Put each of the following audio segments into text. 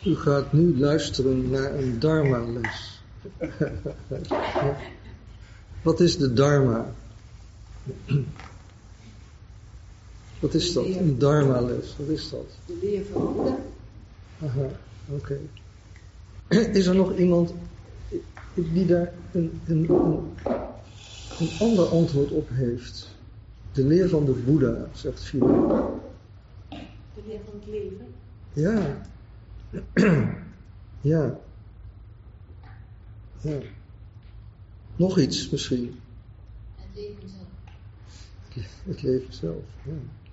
U gaat nu luisteren naar een Dharma-les. Wat is de Dharma? Wat is dat? Een Dharma-les. Wat is dat? De leer van Boeddha. Aha, oké. Is er nog iemand die daar een ander antwoord op heeft? De leer van de Boeddha, zegt Philip. De leer van het leven. Ja. Ja. Ja. Nog iets misschien. Het leven zelf. Het leven zelf, ja.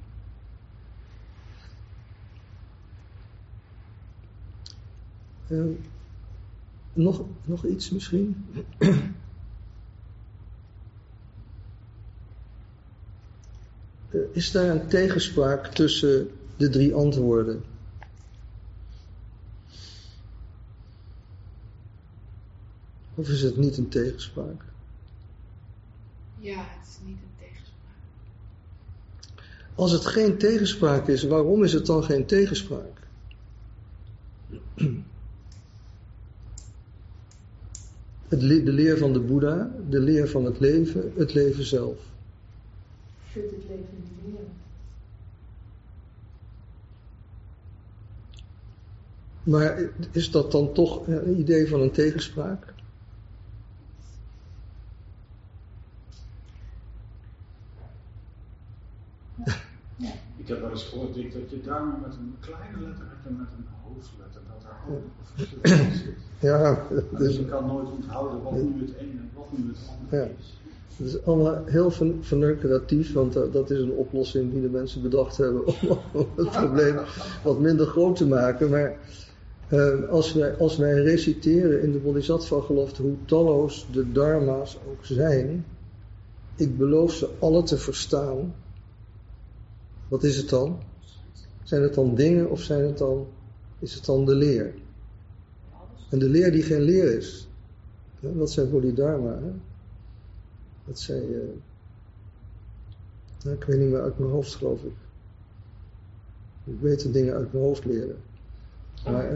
Nog iets misschien? Is daar een tegenspraak tussen de 3 antwoorden? Of is het niet een tegenspraak? Ja, het is niet een tegenspraak. Als het geen tegenspraak is, waarom is het dan geen tegenspraak? De leer van de Boeddha, de leer van het leven zelf. Je kunt het leven niet leren. Maar is dat dan toch een idee van een tegenspraak? Ik heb wel eens gehoord, Dick, dat je Dharma met een kleine letter hebt en met een hoofdletter, dat daar ook een verschil in zit. Ja, Dus je kan nooit onthouden wat nu het ene en wat nu het andere is. Het is allemaal heel verneukeratief, want dat is een oplossing die de mensen bedacht hebben om het probleem wat minder groot te maken. Maar als wij reciteren in de Bodhisattva gelofte hoe talloos de dharma's ook zijn, ik beloof ze alle te verstaan. Wat is het dan? Zijn het dan dingen of is het dan de leer? En de leer die geen leer is. Wat zei Bodhidharma? Dat zei, ik weet niet meer uit mijn hoofd geloof ik. Ik weet de dingen uit mijn hoofd leren. Maar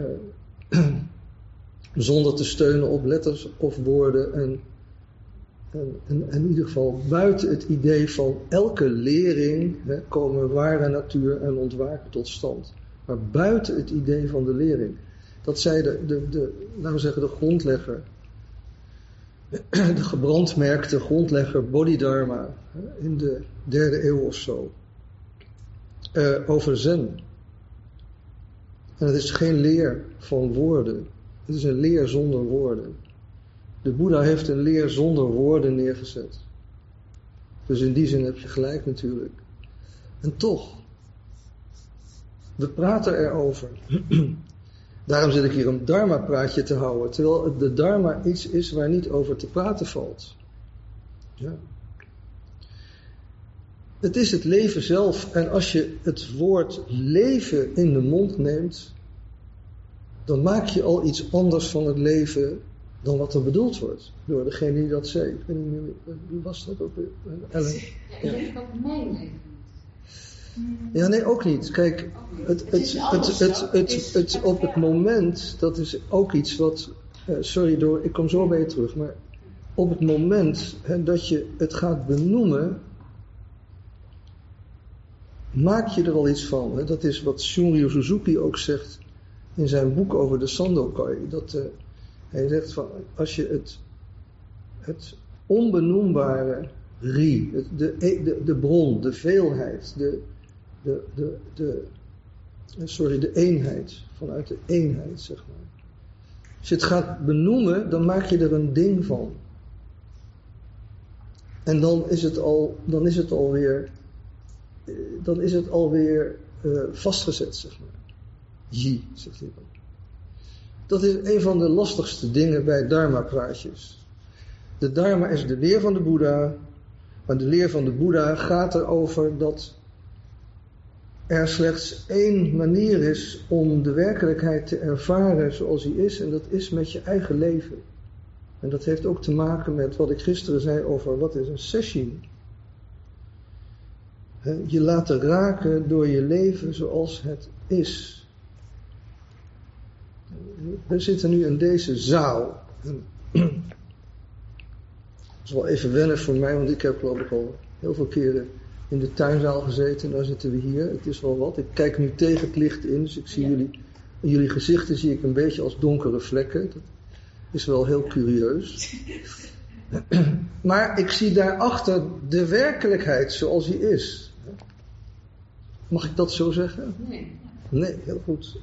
zonder te steunen op letters of woorden en in ieder geval buiten het idee van elke lering komen ware natuur en ontwaken tot stand. Maar buiten het idee van de lering. Dat zei laten we zeggen, de grondlegger. De gebrandmerkte grondlegger Bodhidharma in de 3e eeuw of zo. Over Zen. En het is geen leer van woorden. Het is een leer zonder woorden. De Boeddha heeft een leer zonder woorden neergezet. Dus in die zin heb je gelijk natuurlijk. En toch, we praten erover. Daarom zit ik hier een dharma-praatje te houden. Terwijl de dharma iets is waar niet over te praten valt. Ja. Het is het leven zelf. En als je het woord leven in de mond neemt, dan maak je al iets anders van het leven dan wat er bedoeld wordt. Door degene die dat zei. Ik weet niet meer, wie was dat ook weer? Ellen. Ja, ik denk ook mijn leven. Ja, nee, ook niet. Kijk, het op het moment, dat is ook iets wat, ik kom zo bij je terug, maar op het moment dat je het gaat benoemen, maak je er al iets van. Dat is wat Shunryu Suzuki ook zegt in zijn boek over de Sandokai. Hij zegt van, als je het onbenoembare de bron, de veelheid, de eenheid, vanuit de eenheid, zeg maar. Als je het gaat benoemen, dan maak je er een ding van. En dan is het alweer vastgezet, zeg maar. Yi, zegt hij dan. Dat is een van de lastigste dingen bij dharma-praatjes. De dharma is de leer van de Boeddha, maar de leer van de Boeddha gaat erover dat er slechts één manier is om de werkelijkheid te ervaren zoals die is, en dat is met je eigen leven. En dat heeft ook te maken met wat ik gisteren zei over wat is een session. Je laten raken door je leven zoals het is. We zitten nu in deze zaal. Dat is wel even wennen voor mij, want ik heb geloof ik al heel veel keren in de tuinzaal gezeten. Nou zitten we hier. Het is wel wat. Ik kijk nu tegen het licht in, dus ik zie jullie gezichten zie ik een beetje als donkere vlekken. Dat is wel heel curieus. Maar ik zie daarachter de werkelijkheid zoals die is. Mag ik dat zo zeggen? Nee. Nee, heel goed.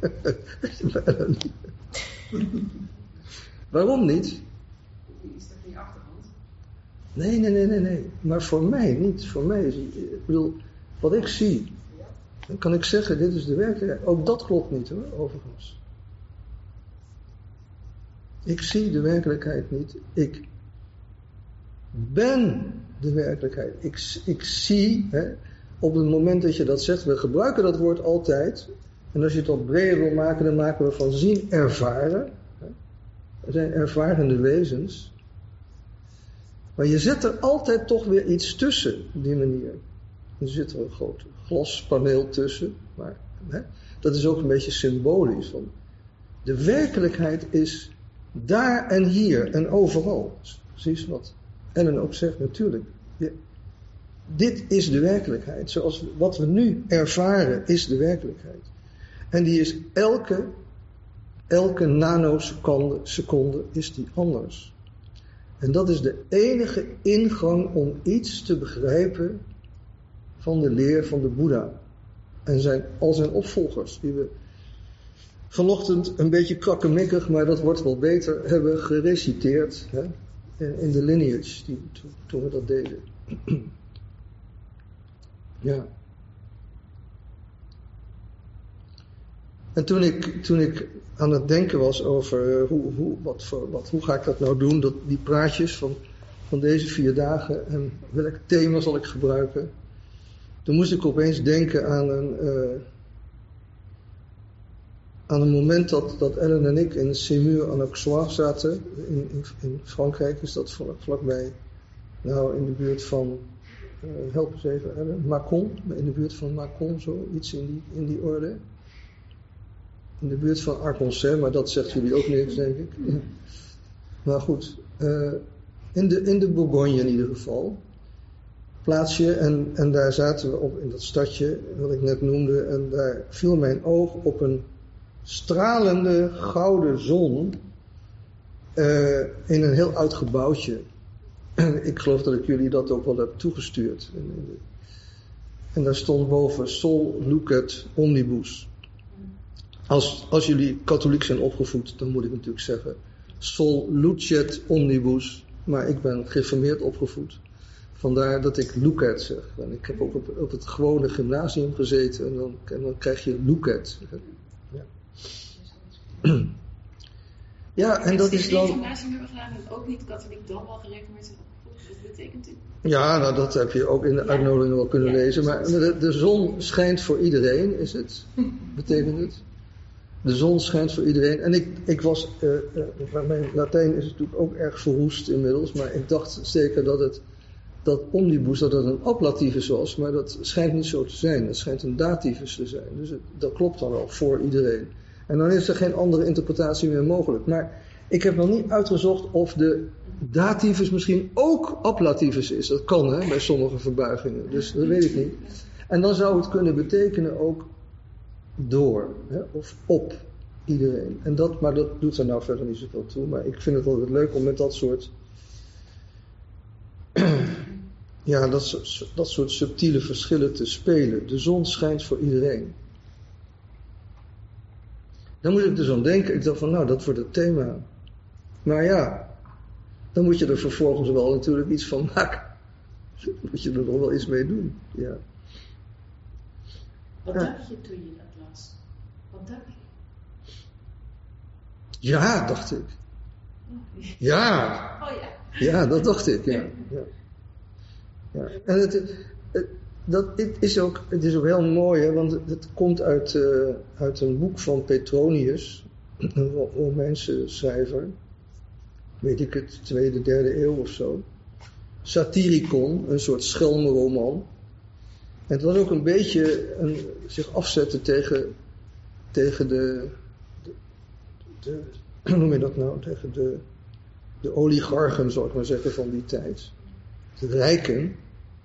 Waarom niet? Is dat in je achtergrond? Nee. Maar voor mij niet. Voor mij is, ik bedoel, wat ik zie, dan kan ik zeggen, dit is de werkelijkheid. Ook dat klopt niet hoor, overigens. Ik zie de werkelijkheid niet. Ik ben de werkelijkheid. Ik zie, op het moment dat je dat zegt, we gebruiken dat woord altijd. En als je het wat breder wil maken, dan maken we van zien ervaren. We zijn ervarende wezens. Maar je zet er altijd toch weer iets tussen, op die manier. Er zit er een groot glaspaneel tussen. Maar dat is ook een beetje symbolisch. Van de werkelijkheid is daar en hier en overal. Precies wat Ellen ook zegt, natuurlijk. Dit is de werkelijkheid. Zoals wat we nu ervaren is de werkelijkheid. En die is elke nanoseconde is die anders. En dat is de enige ingang om iets te begrijpen van de leer van de Boeddha. En al zijn opvolgers, die we vanochtend een beetje krakkemikkig, maar dat wordt wel beter, hebben gereciteerd in de lineage, toen we dat deden. Ja. En toen ik aan het denken was over hoe ga ik dat nou doen, die praatjes van deze 4 dagen en welk thema zal ik gebruiken, toen moest ik opeens denken aan een moment dat Ellen en ik in Semur-en-Auxois zaten, in Frankrijk is dat vlakbij, nou in de buurt van, help eens even Ellen, Mâcon, in de buurt van Mâcon, zo, iets in die orde. In de buurt van Arconset, maar dat zegt jullie ook niks, denk ik. Maar goed, in de Bourgogne in ieder geval. Plaatsje, en daar zaten we in dat stadje, wat ik net noemde, en daar viel mijn oog op een stralende gouden zon in een heel oud gebouwtje. Ik geloof dat ik jullie dat ook wel heb toegestuurd. En daar stond boven Sol Lucet Omnibus. Als jullie katholiek zijn opgevoed, dan moet ik natuurlijk zeggen Sol Lucet Omnibus. Maar ik ben gereformeerd opgevoed. Vandaar dat ik Lucet zeg. En ik heb ook op het gewone gymnasium gezeten en dan krijg je Lucet. Ja. Ja, en dat is dan... Als je gymnasium hebben gedaan en ook niet katholiek, dan wel gereformeerd zijn opgevoed, wat betekent dit? Ja, nou dat heb je ook in de uitnodiging wel kunnen lezen. Maar de zon schijnt voor iedereen, is het? Betekent het? De zon schijnt voor iedereen. En ik was, mijn Latijn is natuurlijk ook erg verroest inmiddels, maar ik dacht zeker dat omnibus, dat het een ablativus was, maar dat schijnt niet zo te zijn. Het schijnt een dativus te zijn. Dus dat klopt dan wel voor iedereen. En dan is er geen andere interpretatie meer mogelijk. Maar ik heb nog niet uitgezocht of de dativus misschien ook ablativus is. Dat kan bij sommige verbuigingen. Dus dat weet ik niet. En dan zou het kunnen betekenen ook door of op iedereen. Maar dat doet er nou verder niet zoveel toe. Maar ik vind het altijd leuk om met dat soort dat soort subtiele verschillen te spelen. De zon schijnt voor iedereen. Dan moet ik dus aan denken. Ik dacht van dat wordt het thema. Maar ja, dan moet je er vervolgens wel natuurlijk iets van maken. Dan moet je er nog wel iets mee doen. Ja. Wat dacht je toen je dat las? Wat dacht je? Ja, dacht ik. Ja. Oh ja. Ja, dat dacht ik, ja. En het is ook heel mooi, want het komt uit een boek van Petronius, een Romeinse schrijver, weet ik het, 2e, 3e eeuw of zo. Satyricon, een soort schelmenroman. En het was ook een beetje zich afzetten tegen hoe noem je dat nou, tegen de oligarchen, zou ik maar zeggen, van die tijd. De rijken.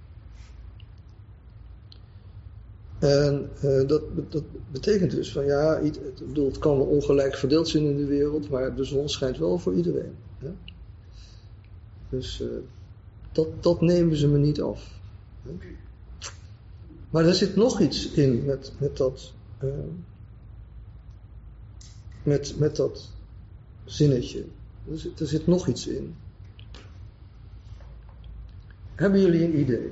En dat betekent dus van ja, het kan wel ongelijk verdeeld zijn in de wereld, maar de zon schijnt wel voor iedereen. Hè? Dus dat nemen ze me niet af. Hè? Maar er zit nog iets in met dat zinnetje. Er zit nog iets in. Hebben jullie een idee?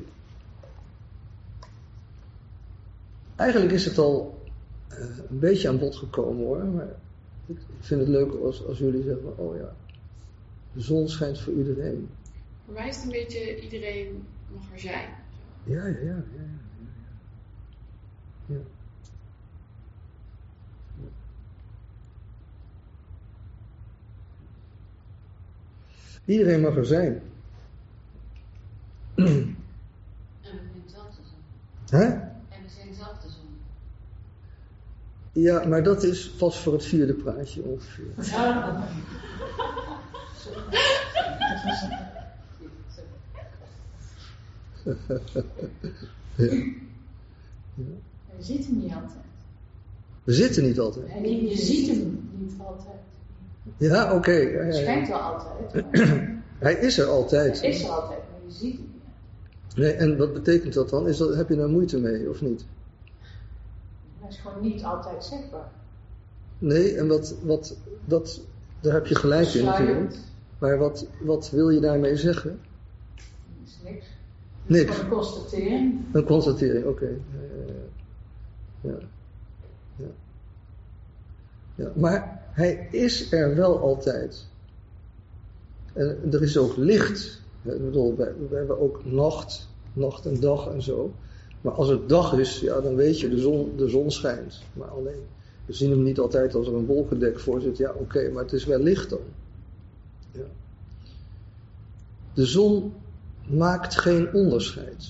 Eigenlijk is het al een beetje aan bod gekomen hoor, maar ik vind het leuk als jullie zeggen, oh ja, de zon schijnt voor iedereen. Voor mij is het een beetje iedereen mag er zijn. Ja. Iedereen mag er zijn. En we zijn zelf de zon. Hè? En we zijn zelf de zon. Ja, maar dat is pas voor het 4e praatje ongeveer. Ja. We zitten niet altijd. We zitten niet altijd. En je ziet hem niet altijd. Ja, oké. Het schijnt wel altijd. Hij is er altijd. Hij is er altijd, maar je ziet hem niet. Nee, en wat betekent dat dan? Heb je daar moeite mee, of niet? Hij is gewoon niet altijd zichtbaar. Nee, en daar heb je gelijk in natuurlijk. Maar wat wil je daarmee zeggen? Dat is niks. Niks. Gewoon een constatering. Een constatering, oké. Ja. Maar hij is er wel altijd. En er is ook licht. Ik bedoel, we hebben ook nacht en dag en zo. Maar als het dag is, ja, dan weet je, de zon schijnt. Maar alleen, we zien hem niet altijd als er een wolkendek voor zit. Ja, oké, maar het is wel licht dan. Ja. De zon maakt geen onderscheid.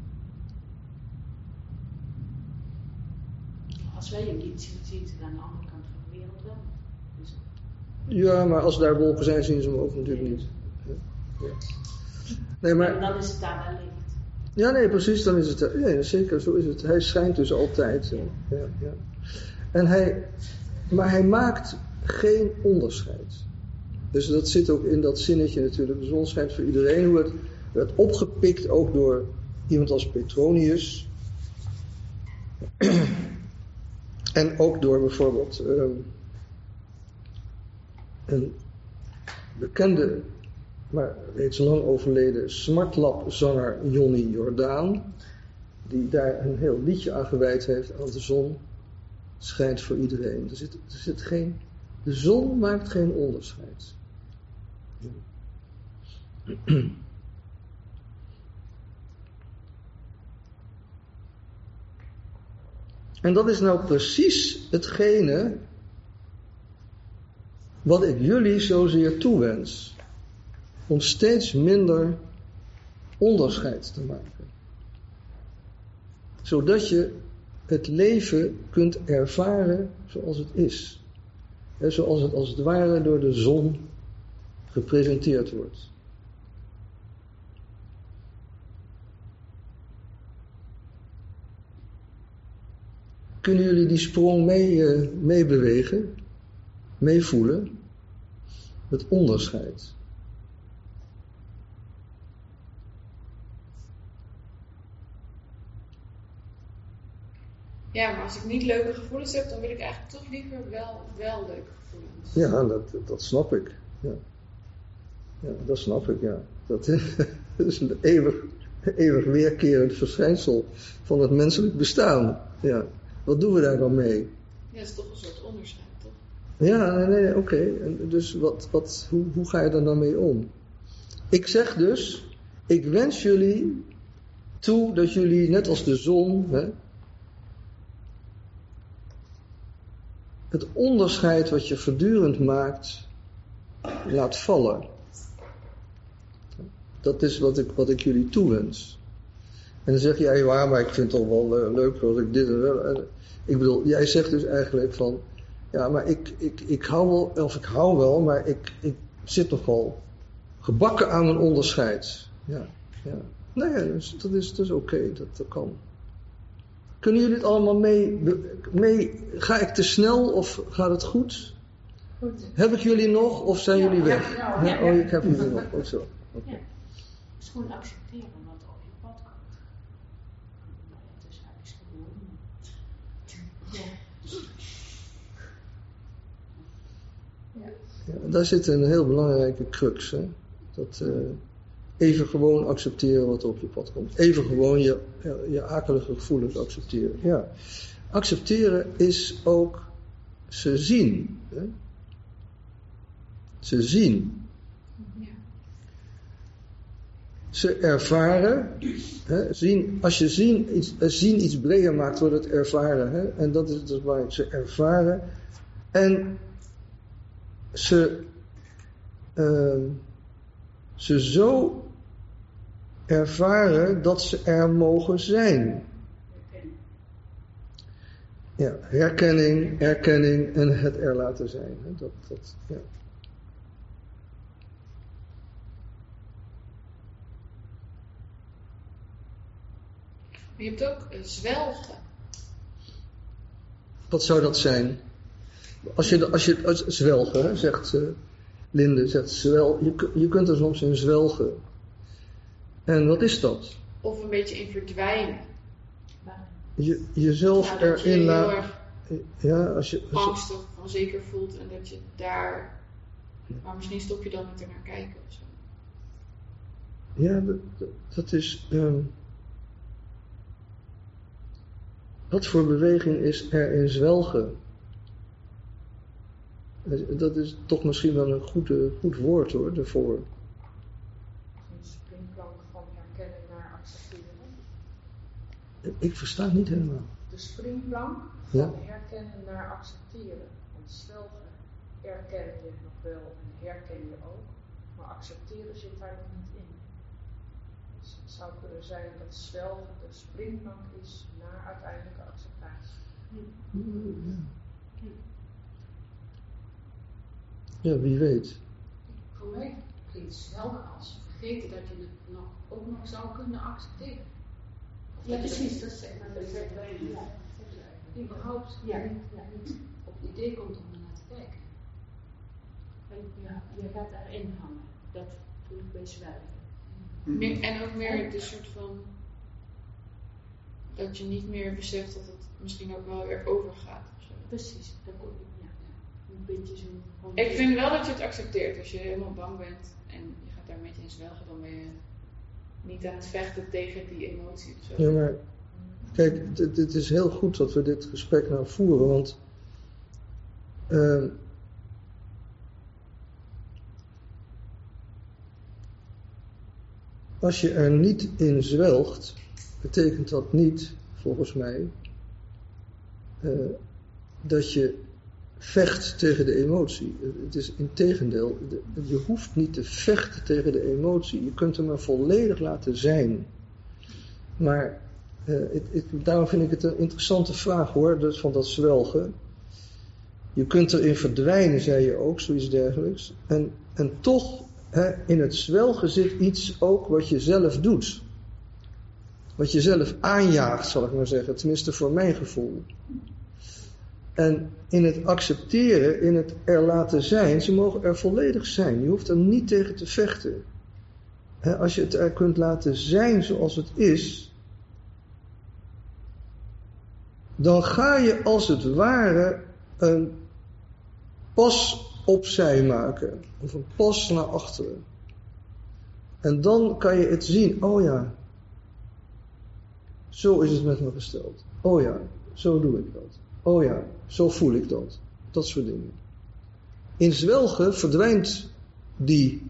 Als wij hem niet zien, zien ze het aan de andere kant van de wereld wel. Dus... Ja, maar als daar wolken zijn, zien ze hem ook natuurlijk niet. Ja. Nee, maar... En dan is het daar wel licht. Ja, nee, precies, dan is het... Ja, zeker, zo is het. Hij schijnt dus altijd. Ja. Maar hij maakt geen onderscheid. Dus dat zit ook in dat zinnetje natuurlijk. De zon schijnt voor iedereen. Hoe het werd opgepikt ook door iemand als Petronius. En ook door bijvoorbeeld een bekende, maar reeds lang overleden smartlapzanger Johnny Jordaan, die daar een heel liedje aan gewijd heeft aan de zon schijnt voor iedereen. De zon maakt geen onderscheid. En dat is nou precies hetgene wat ik jullie zozeer toewens. Om steeds minder onderscheid te maken. Zodat je het leven kunt ervaren zoals het is. Zoals het als het ware door de zon gepresenteerd wordt. Kunnen jullie die sprong meebewegen? Meevoelen? Het onderscheid. Ja, maar als ik niet leuke gevoelens heb, dan wil ik eigenlijk toch liever wel leuke gevoelens. Ja, dat snap ik. Ja, dat snap ik, ja. Dat is een eeuwig weerkerend verschijnsel van het menselijk bestaan. Ja. Wat doen we daar dan mee? Ja, dat is toch een soort onderscheid, toch? Ja, nee, oké. Dus hoe ga je daar dan mee om? Ik zeg dus, ik wens jullie toe dat jullie, net als de zon, het onderscheid wat je voortdurend maakt, laat vallen. Dat is wat ik jullie toewens. En dan zeg jij, ja, maar ik vind het toch wel leuk als ik dit en wel. Ik bedoel, jij zegt dus eigenlijk van, Ja, maar ik hou wel, maar ik zit nogal gebakken aan mijn onderscheid. Ja. Nee, dus dat is oké, dat kan. Kunnen jullie het allemaal mee? Ga ik te snel of gaat het goed? Goed. Heb ik jullie nog of zijn jullie weg? Ja. Oh, ik heb jullie nog. Ook zo. Okay. Ja. Het is gewoon accepteren wat op je pad komt. Maar het is eigenlijk gewoon. Ja, daar zit een heel belangrijke crux. Hè? Dat even gewoon accepteren wat op je pad komt. Even gewoon je akelige gevoelens accepteren. Ja. Accepteren is ook ze zien. Hè? Ze zien. Ja. Ze ervaren. Hè? Als je zien iets breder maakt, wordt het ervaren. Hè? En dat is dus waar ze ervaren. En ze zo ervaren dat ze er mogen zijn. Ja, herkenning, erkenning en het er laten zijn. Hè? Ja. Maar je hebt ook zwelgen. Wat zou dat zijn? Als je zwelgen, hè, zegt Linde, zegt je kunt er soms in zwelgen. En wat is dat? Of een beetje in verdwijnen. Jezelf Dat je erin heel laten. erg Ja, als je angstig, onzeker voelt en dat je daar. Maar misschien stop je dan met er naar kijken of zo. Ja, dat is. Wat voor beweging is er in zwelgen? Dat is toch misschien wel een goed woord hoor, daarvoor. Een springplank van herkennen naar accepteren. Ik versta het niet helemaal. De springplank Ja. van herkennen naar accepteren. Want zwelgen erken je nog wel en herken je ook. Maar accepteren zit daar nog niet in. Dus het zou kunnen zijn dat zwelgen de springplank is naar uiteindelijke acceptatie. Ja, wie weet. Voor mij klinkt zwelgen als vergeten dat je het ook nog zou kunnen accepteren. Ja, precies, dat zeg maar. Überhaupt niet op het idee komt om er naar te kijken. Ja, je gaat daarin hangen. Dat voel ik bij zwelgen. En ook meer de soort van. Dat je niet meer beseft dat het misschien ook wel weer overgaat. Of zo. Precies, dat komt een beetje zo. Ik vind wel dat je het accepteert. Als je helemaal bang bent en je gaat daar meteen in zwelgen, dan ben je niet aan het vechten tegen die emotie of zo. Ja, maar kijk, het is heel goed dat we dit gesprek nou voeren, want als je er niet in zwelgt, betekent dat niet, volgens mij, dat je vecht tegen de emotie. Het is integendeel, je hoeft niet te vechten tegen de emotie. Je kunt hem maar volledig laten zijn. Maar daarom vind ik het een interessante vraag hoor, dus van dat zwelgen. Je kunt erin verdwijnen, zei je ook, zoiets dergelijks. En toch, in het zwelgen zit iets ook wat je zelf doet. Wat je zelf aanjaagt, zal ik maar zeggen. Tenminste voor mijn gevoel. En in het accepteren, in het er laten zijn, ze mogen er volledig zijn. Je hoeft er niet tegen te vechten. Als je het er kunt laten zijn zoals het is, dan ga je als het ware een pas opzij maken. Of een pas naar achteren. En dan kan je het zien. Oh ja, zo is het met me gesteld. Oh ja, zo doe ik dat. Oh ja, zo voel ik dat. Dat soort dingen. In zwelgen verdwijnt die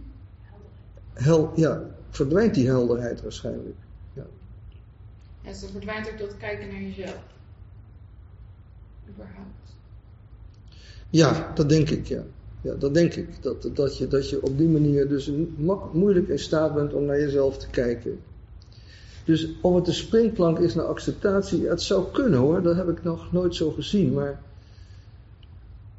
helderheid waarschijnlijk. Ja. En ze verdwijnt ook dat kijken naar jezelf. Überhaupt. Ja, dat denk ik, ja. Ja, dat denk ik. Dat je op die manier dus moeilijk in staat bent om naar jezelf te kijken. Dus of het een springplank is naar acceptatie, het zou kunnen hoor, dat heb ik nog nooit zo gezien. Maar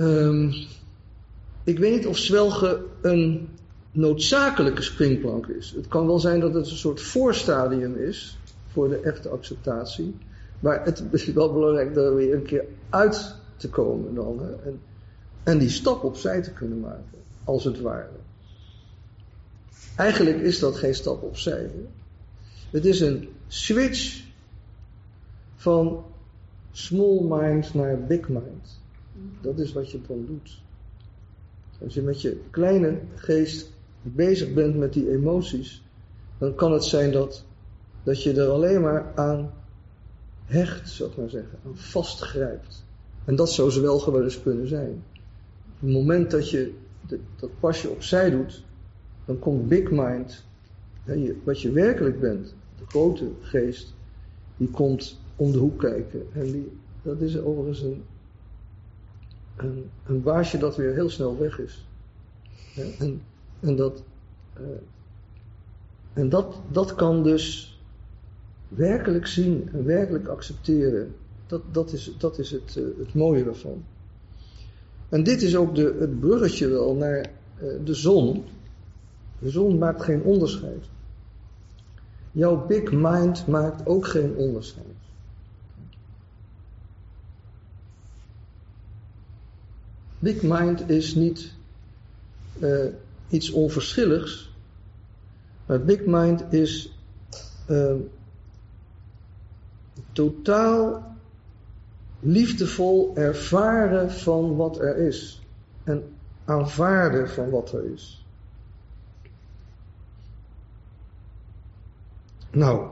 Ik weet niet of zwelgen een noodzakelijke springplank is. Het kan wel zijn dat het een soort voorstadium is voor de echte acceptatie. Maar het is wel belangrijk daar weer een keer uit te komen dan. Hè? En die stap opzij te kunnen maken, als het ware. Eigenlijk is dat geen stap opzij. Hè? Het is een switch van small mind naar big mind. Dat is wat je dan doet. Als je met je kleine geest bezig bent met die emoties, dan kan het zijn dat je er alleen maar aan hecht, zou ik maar zeggen, aan vastgrijpt. En dat zou zwelgen wel eens kunnen zijn. Op het moment dat je dat pasje opzij doet, dan komt big mind, wat je werkelijk bent, de grote geest, die komt om de hoek kijken. En dat is overigens een baasje dat weer heel snel weg is. En dat kan dus werkelijk zien en werkelijk accepteren. Dat is het mooie ervan. En dit is ook het bruggetje wel naar de zon. De zon maakt geen onderscheid. Jouw big mind maakt ook geen onderscheid. Big mind is niet iets onverschilligs, maar big mind is totaal liefdevol ervaren van wat er is en aanvaarden van wat er is. Nou,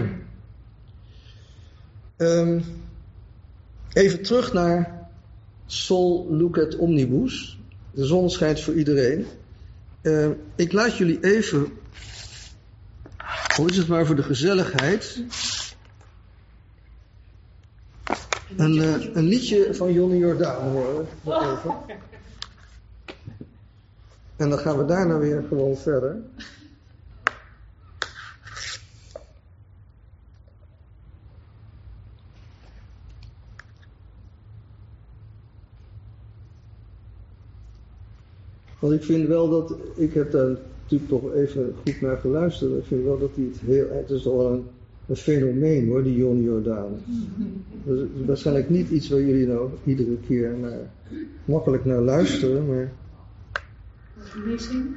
even terug naar Sol lucet omnibus. De zon schijnt voor iedereen. Ik laat jullie even, hoe is het maar voor de gezelligheid, een liedje van Johnny Jordaan horen. Even. En dan gaan we daarna weer gewoon verder. Want ik vind wel dat, ik heb daar natuurlijk toch even goed naar geluisterd. Ik vind wel dat hij het is toch wel een fenomeen hoor, die Johnny Jordaan. Dat is waarschijnlijk niet iets waar jullie nou iedere keer makkelijk naar luisteren, maar... Missing?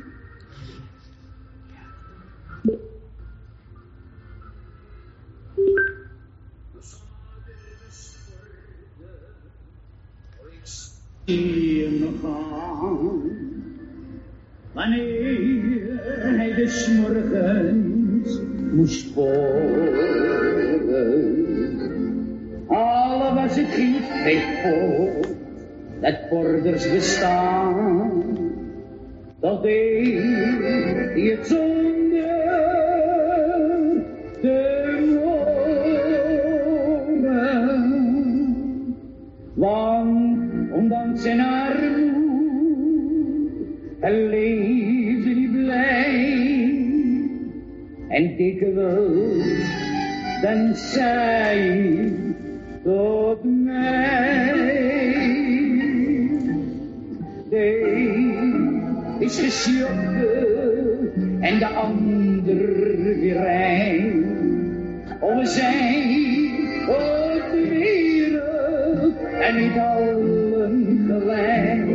Hem gaan, wanneer hij des morgens moest worden. Al was het geen feit voor dat borders bestaan, toch deed hij het zonder te mogen. Want ondanks zijn armoede, hij leefde hij blij. En dikwijls dan zei tot mij: is gesjokken en de ander weer rein. Oh, we zijn op de wereld en niet allen gelijk.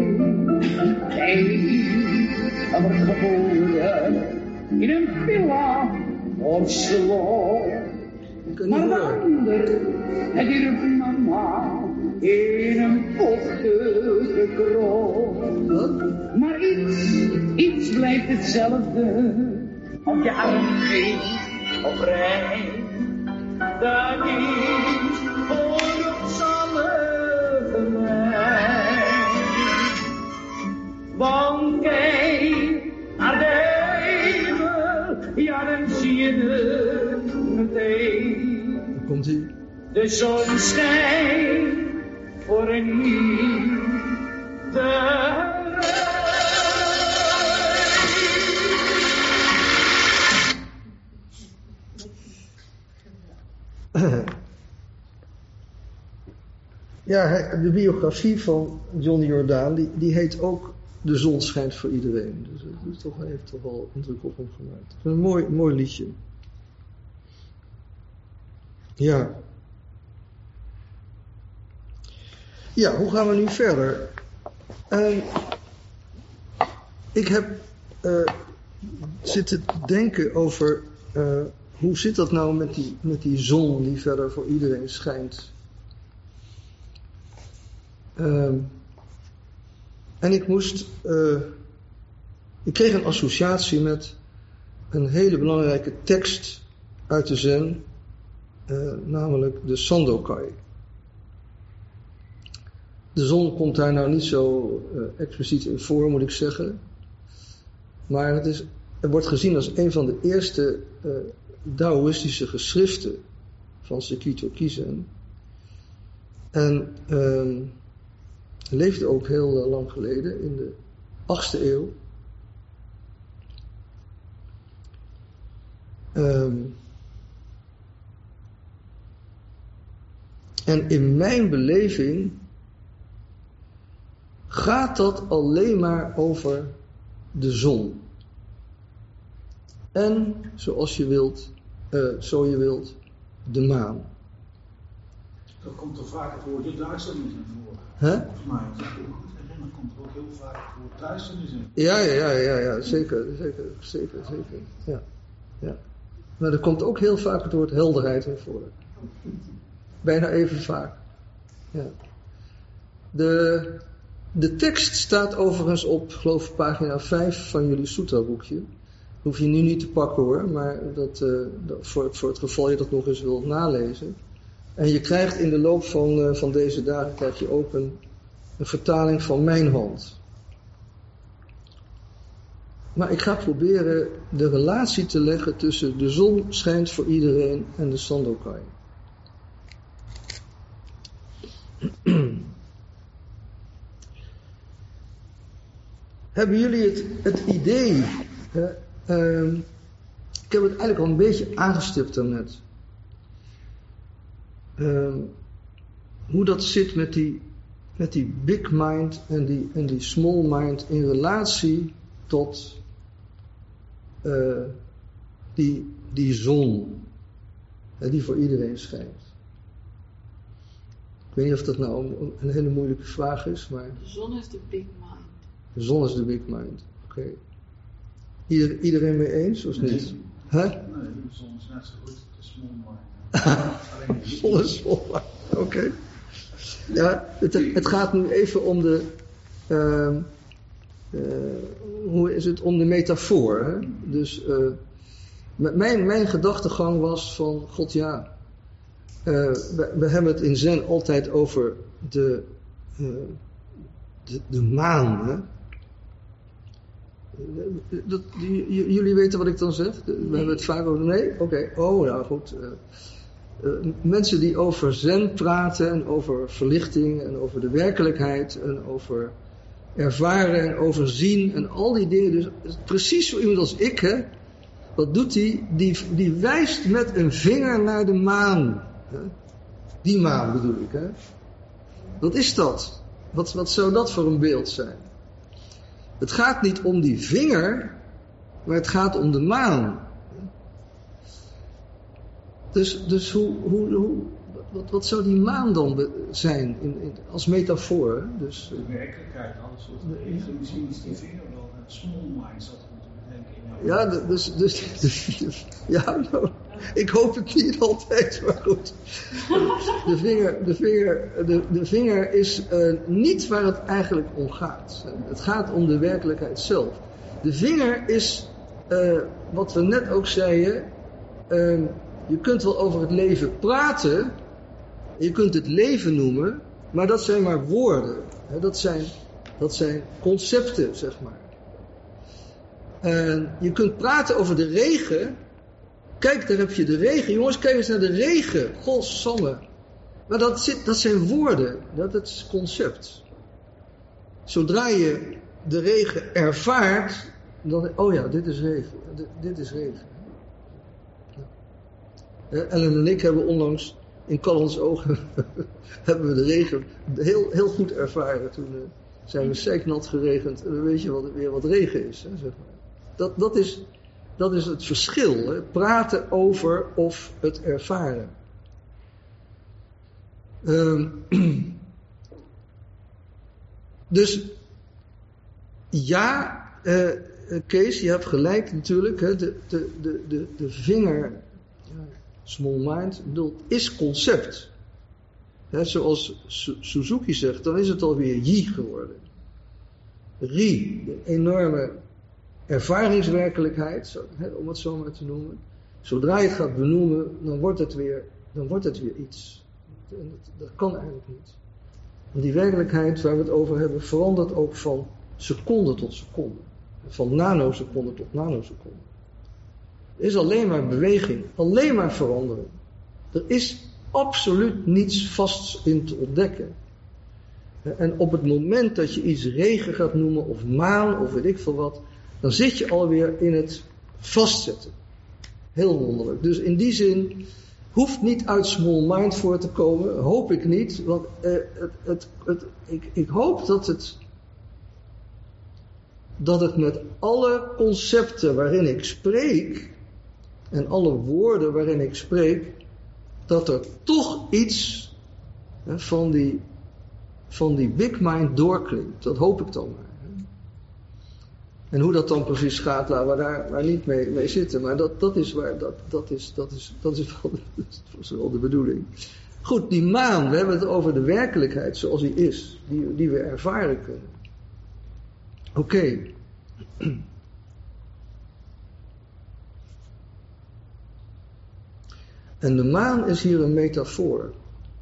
Hij wordt geboren in een villa of slot. Maar de ander, hij dierf mama in een vochtige krot. Maar iets blijft hetzelfde, of je arm geeft of rijk. Dat is voor ons allen gelijk. Want kijk naar de hemel, ja dan zie je het meteen. Komt ie. De zon schijnt voor een ieder. de biografie van Johnny Jordaan, die heet ook De zon schijnt voor iedereen. Dus dat heeft toch wel indruk op hem gemaakt. Een mooi liedje. Ja. Ja, hoe gaan we nu verder? Ik heb zitten denken over hoe zit dat nou met die zon die verder voor iedereen schijnt. En ik kreeg een associatie met een hele belangrijke tekst uit de Zen, namelijk de Sandokai. De zon komt daar nou niet zo expliciet in voor, moet ik zeggen. Maar het wordt gezien als een van de eerste Taoïstische geschriften van Sekito Kizen. En leefde ook heel lang geleden, in de 8e eeuw. En in mijn beleving gaat dat alleen maar over de zon. En, zoals je wilt, de maan. Dat komt er vaak het woordje duisternis in voor. Volgens mij, als ik me goed herinner, komt er ook heel vaak het woord duisternis in. Ja, zeker. Ja. Maar er komt ook heel vaak het woord helderheid in voor. Bijna even vaak. Ja. De tekst staat overigens op, geloof ik, pagina 5 van jullie Sutra boekje. Dat hoef je nu niet te pakken hoor, maar voor het geval je dat nog eens wilt nalezen. En je krijgt in de loop van deze dagen krijg je ook een vertaling van mijn hand. Maar ik ga proberen de relatie te leggen tussen de zon schijnt voor iedereen en de Sandokai. Hebben jullie het idee, ik heb het eigenlijk al een beetje aangestipt daarnet, hoe dat zit met die big mind en die small mind in relatie tot die zon die voor iedereen schijnt. Ik weet niet of dat nou een hele moeilijke vraag is, maar... De zon is de big mind. De zon is de big mind, oké. Iedereen mee eens, of niet? Nee, Huh? de zon is net zo goed de small mind. De zon is small mind, oké. Ja, het gaat nu even om om de metafoor. Hè? Dus mijn gedachtegang was van, God ja, we hebben het in Zen altijd over de maan. Hè? Jullie weten wat ik dan zeg? We hebben het vaak over, nee? Oké. Oh, nou goed. Mensen die over Zen praten en over verlichting en over de werkelijkheid en over ervaren en overzien en al die dingen. Dus precies zo iemand als ik, hè. Wat doet hij? Die wijst met een vinger naar de maan. Hè? Die maan bedoel ik, hè. Wat is dat? Wat zou dat voor een beeld zijn? Het gaat niet om die vinger, maar het gaat om de maan. Dus wat zou die maan dan zijn als metafoor? Dus, de werkelijkheid, alles wat er is. Misschien is die vinger wel een small mind zat moeten bedenken. Ja, nou, ik hoop het niet altijd, maar goed. De vinger is niet waar het eigenlijk om gaat. Het gaat om de werkelijkheid zelf. De vinger is, wat we net ook zeiden, je kunt wel over het leven praten, je kunt het leven noemen, maar dat zijn maar woorden. Dat zijn concepten, zeg maar. Je kunt praten over de regen. Kijk, daar heb je de regen. Jongens, kijk eens naar de regen. Godsamme. Maar dat zijn woorden. Dat is concept. Zodra je de regen ervaart, dan, oh ja, dit is regen. Dit is regen. Ellen en ik hebben onlangs in Callantsoog hebben we de regen heel goed ervaren. Toen zijn we zeiknat geregend en dan weet je weer wat regen is. Hè, zeg maar. Dat is het verschil. Hè? Praten over of het ervaren. Dus ja, Kees, je hebt gelijk natuurlijk. Hè? De vinger, small mind, is concept. Hè, zoals Suzuki zegt, dan is het alweer yi geworden. Ri, de enorme ervaringswerkelijkheid, om het zo maar te noemen. Zodra je het gaat benoemen, dan wordt het weer iets. Dat kan eigenlijk niet. Want die werkelijkheid waar we het over hebben, verandert ook van seconde tot seconde. Van nanoseconde tot nanoseconde. Er is alleen maar beweging, alleen maar verandering. Er is absoluut niets vasts in te ontdekken. En op het moment dat je iets regen gaat noemen, of maan, of weet ik veel wat, dan zit je alweer in het vastzetten. Heel wonderlijk. Dus in die zin hoeft niet uit small mind voor te komen, hoop ik niet, want ik hoop dat het met alle concepten waarin ik spreek, en alle woorden waarin ik spreek, dat er toch iets van die big mind doorklinkt. Dat hoop ik dan maar. En hoe dat dan precies gaat, laten we daar niet mee zitten. Maar dat is wel de bedoeling. Goed, die maan, we hebben het over de werkelijkheid zoals die is. Die we ervaren kunnen. Oké. En de maan is hier een metafoor.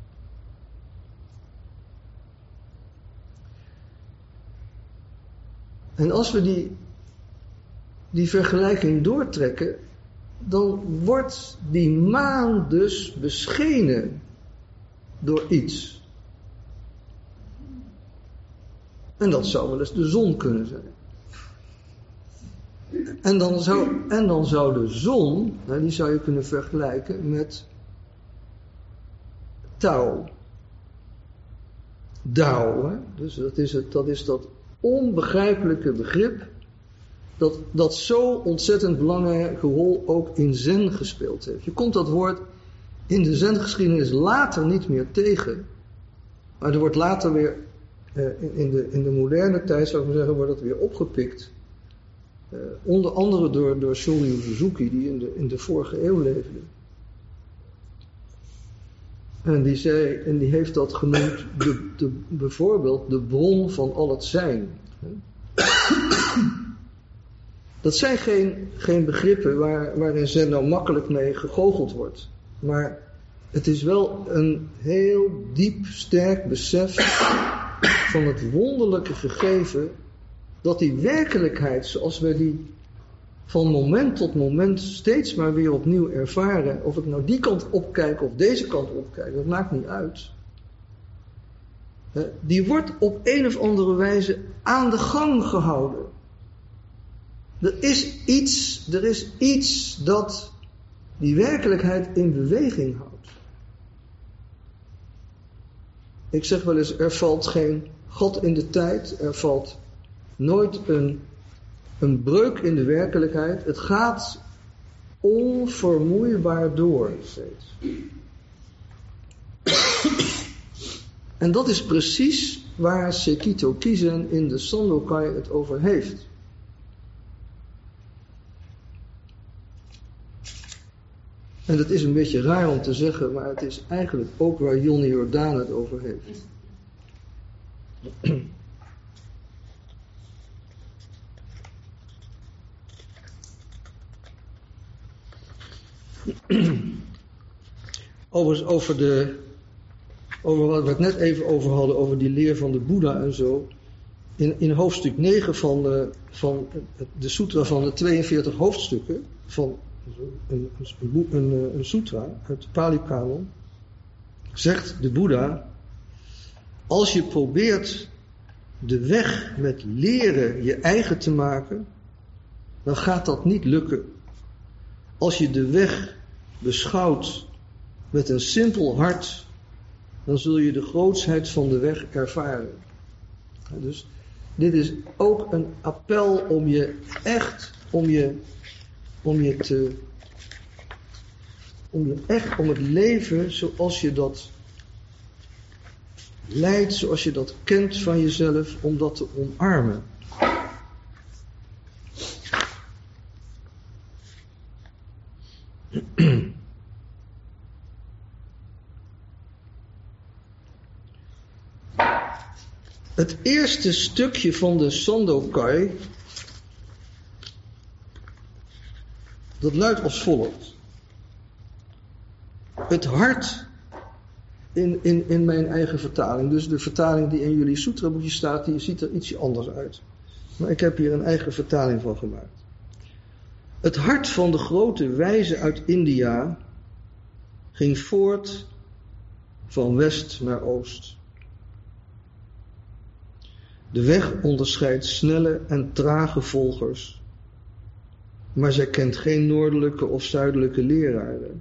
En als we die vergelijking doortrekken, dan wordt die maan dus beschenen door iets. En dat zou wel eens de zon kunnen zijn. En dan zou de zon, die zou je kunnen vergelijken met Tao. Dao, hè? Dus dat is dat onbegrijpelijke begrip dat zo ontzettend belangrijke rol ook in Zen gespeeld heeft. Je komt dat woord in de Zen-geschiedenis later niet meer tegen, maar er wordt later weer in de moderne tijd, zou ik maar zeggen, wordt dat weer opgepikt. Onder andere door Shoryu Suzuki, die in de vorige eeuw leefde. En die heeft dat genoemd bijvoorbeeld de bron van al het zijn. Dat zijn geen begrippen waarin Zen nou makkelijk mee gegoocheld wordt. Maar het is wel een heel diep, sterk besef van het wonderlijke gegeven dat die werkelijkheid zoals we die van moment tot moment steeds maar weer opnieuw ervaren, of ik nou die kant opkijk of deze kant opkijk, dat maakt niet uit. Die wordt op een of andere wijze aan de gang gehouden. Er is iets dat die werkelijkheid in beweging houdt. Ik zeg wel eens, er valt geen gat in de tijd, er valt nooit een breuk in de werkelijkheid. Het gaat onvermoeibaar door steeds. En dat is precies waar Sekito Kizen in de Sandokai het over heeft. En dat is een beetje raar om te zeggen, maar het is eigenlijk ook waar Johnny Jordaan het over heeft. Over wat we het net even over hadden, over die leer van de Boeddha en zo. In hoofdstuk 9 van de sutra van de 42 hoofdstukken van een sutra uit de Pali Canon, zegt de Boeddha: als je probeert de weg met leren je eigen te maken, dan gaat dat niet lukken. Als je de weg beschouwt met een simpel hart, dan zul je de grootsheid van de weg ervaren. Dus dit is ook een appel om je echt, om het leven zoals je dat leidt, zoals je dat kent van jezelf, om dat te omarmen. Het eerste stukje van de Sandokai, dat luidt als volgt. Het hart, in mijn eigen vertaling, dus de vertaling die in jullie Sutra-boekje staat, die ziet er ietsje anders uit. Maar ik heb hier een eigen vertaling van gemaakt. Het hart van de grote wijze uit India ging voort van west naar oost. De weg onderscheidt snelle en trage volgers, maar zij kent geen noordelijke of zuidelijke leraren.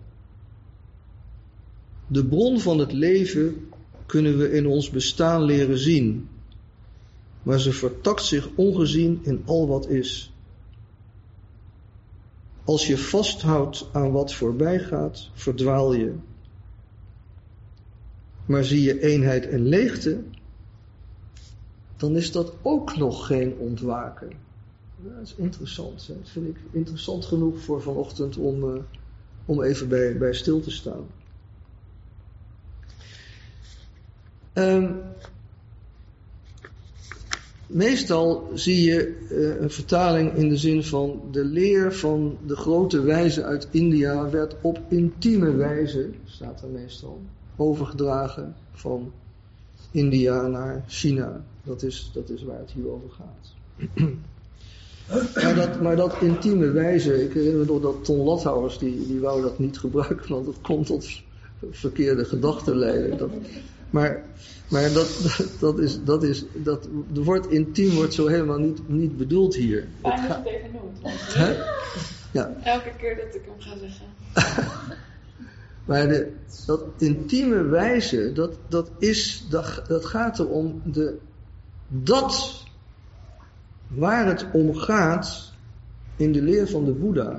De bron van het leven kunnen we in ons bestaan leren zien, maar ze vertakt zich ongezien in al wat is. Als je vasthoudt aan wat voorbij gaat, verdwaal je. Maar zie je eenheid en leegte, dan is dat ook nog geen ontwaken. Ja, dat is interessant. Hè? Dat vind ik interessant genoeg voor vanochtend om even bij stil te staan. Meestal zie je een vertaling in de zin van de leer van de grote wijze uit India werd op intieme wijze, staat er meestal, overgedragen van India naar China. Dat is waar het hier over gaat. Maar dat intieme wijze, ik herinner me nog dat Ton Lathouwers, die wou dat niet gebruiken, want dat komt tot verkeerde gedachten leiden. Maar dat woord intiem wordt zo helemaal niet bedoeld hier. Fijn dat je het even noemt. Ja. Elke keer dat ik hem ga zeggen. Maar dat intieme wijze, dat gaat erom dat waar het om gaat in de leer van de Boeddha.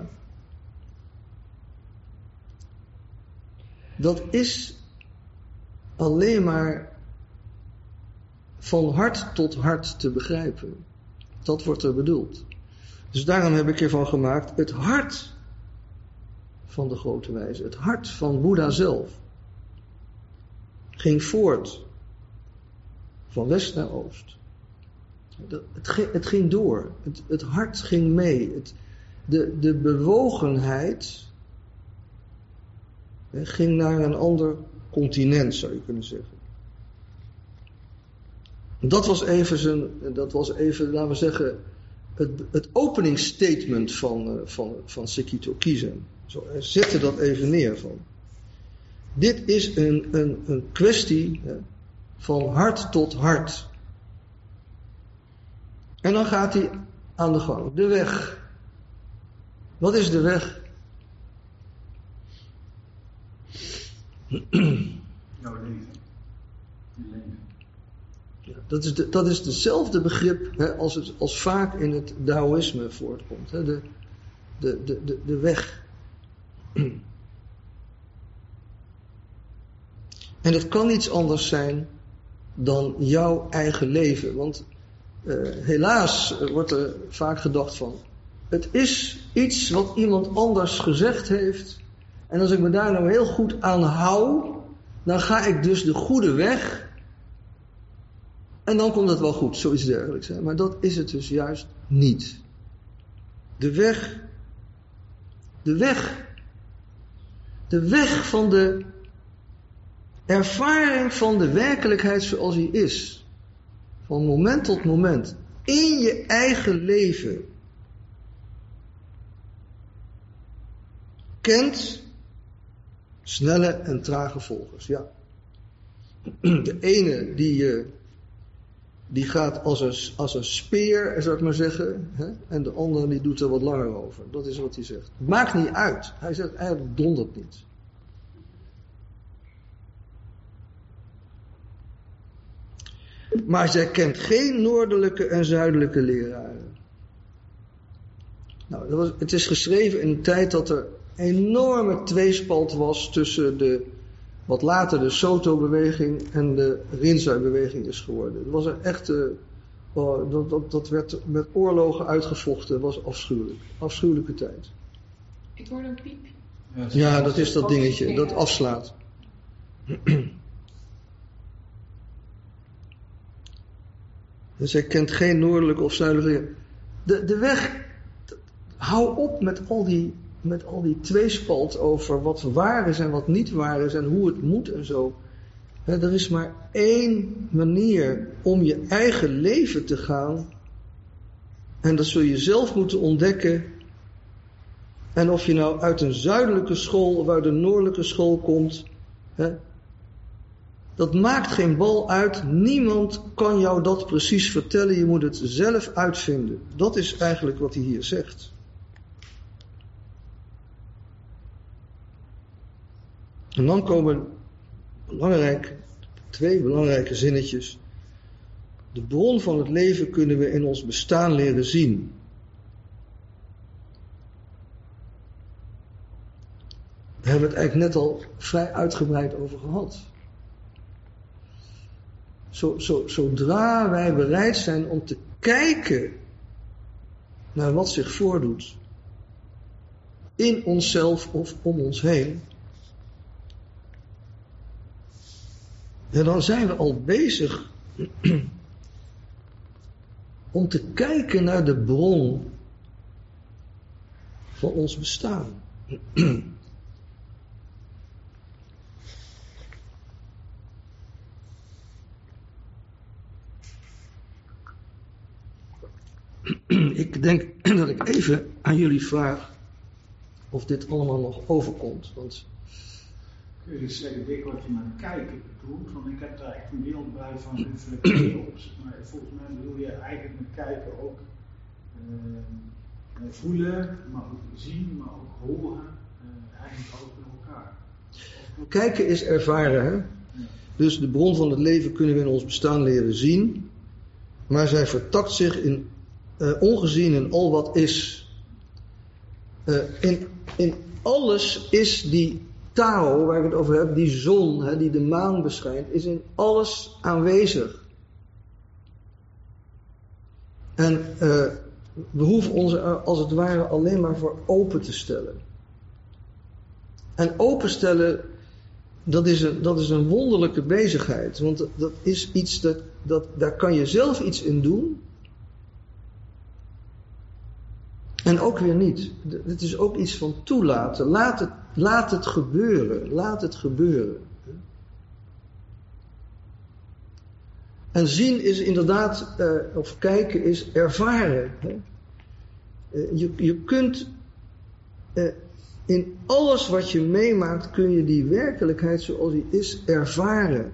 Dat is alleen maar van hart tot hart te begrijpen. Dat wordt er bedoeld. Dus daarom heb ik ervan gemaakt het hart van de grote wijze. Het hart van Boeddha zelf ging voort van west naar oost. Het ging door. Het hart ging mee. De bewogenheid ging naar een ander continent, zou je kunnen zeggen. Dat was even, laten we zeggen, het openingsstatement van Sekito Kizen. Zo, zette dat even neer van. Dit is een kwestie van hart tot hart. En dan gaat hij aan de gang. De weg. Wat is de weg? Jouw leven. Je leven. Ja, dat is hetzelfde begrip als vaak in het Taoïsme voortkomt. De weg. En het kan niets anders zijn dan jouw eigen leven. Want helaas wordt er vaak gedacht van, het is iets wat iemand anders gezegd heeft. En als ik me daar nou heel goed aan hou, dan ga ik dus de goede weg. En dan komt het wel goed, zoiets dergelijks. Hè? Maar dat is het dus juist niet. De weg van de ervaring van de werkelijkheid zoals die is. Van moment tot moment. In je eigen leven. Kent snelle en trage volgers, ja. De ene die gaat als een speer, zou ik maar zeggen. Hè? En de andere die doet er wat langer over. Dat is wat hij zegt. Maakt niet uit. Hij zegt eigenlijk dondert niet. Maar zij kent geen noordelijke en zuidelijke leraren. Nou, het is geschreven in een tijd dat er enorme tweespalt was tussen wat later de Soto-beweging en de Rinzai-beweging is geworden. Het was een echte, dat werd met oorlogen uitgevochten. Het was afschuwelijk. Afschuwelijke tijd. Ik hoorde een piepje. Ja, dat is dat dingetje, dat afslaat. Dus hij kent geen noordelijke of zuidelijke. De weg, hou op met al die tweespalt over wat waar is en wat niet waar is en hoe het moet en zo. Er is maar één manier om je eigen leven te gaan. En dat zul je zelf moeten ontdekken. En of je nou uit een zuidelijke school of uit een noordelijke school komt. Dat maakt geen bal uit. Niemand kan jou dat precies vertellen. Je moet het zelf uitvinden. Dat is eigenlijk wat hij hier zegt. En dan komen twee belangrijke zinnetjes. De bron van het leven kunnen we in ons bestaan leren zien. Daar hebben we het eigenlijk net al vrij uitgebreid over gehad. Zodra wij bereid zijn om te kijken naar wat zich voordoet in onszelf of om ons heen, ja, dan zijn we al bezig om te kijken naar de bron van ons bestaan. Ik denk dat ik even aan jullie vraag of dit allemaal nog overkomt. Want kun je dus zeggen, Dick, wat je met kijken bedoelt? Want ik heb daar echt een beeld bij van reflecteren op. Maar volgens mij bedoel je eigenlijk met kijken ook voelen, maar ook zien, maar ook horen. Eigenlijk ook met elkaar. Kijken is ervaren, hè? Ja. Dus de bron van het leven kunnen we in ons bestaan leren zien. Maar zij vertakt zich ongezien in al wat is. In alles is die Tao, waar ik het over heb, die zon, die de maan beschijnt, is in alles aanwezig. En we hoeven ons er als het ware alleen maar voor open te stellen. En openstellen, dat is een wonderlijke bezigheid. Want dat is iets, daar kan je zelf iets in doen. En ook weer niet. Het is ook iets van toelaten. Laat het gebeuren. Laat het gebeuren. En zien is inderdaad, of kijken is ervaren. Je kunt in alles wat je meemaakt, kun je die werkelijkheid zoals die is ervaren.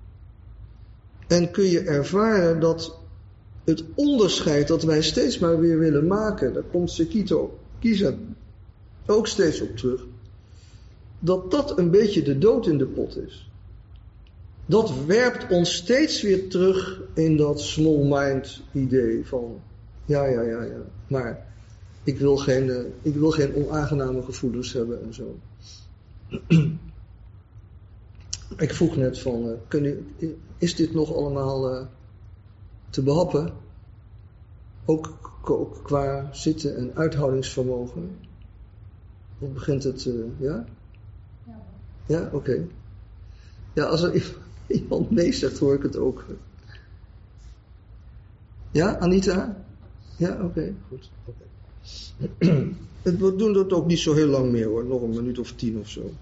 En kun je ervaren dat het onderscheid dat wij steeds maar weer willen maken, daar komt Sekito Kizan ook steeds op terug, dat een beetje de dood in de pot is. Dat werpt ons steeds weer terug in dat small mind idee van ja, maar ik wil geen onaangename gevoelens hebben en zo. Ik vroeg net van, is dit nog allemaal te behappen? Ook qua zitten en uithoudingsvermogen? Of begint het, ja? Ja, oké. Ja, als er iemand nee zegt, hoor ik het ook. Ja, Anita? Ja, oké, goed. Okay. We doen dat ook niet zo heel lang meer hoor, nog een minuut of 10 of zo.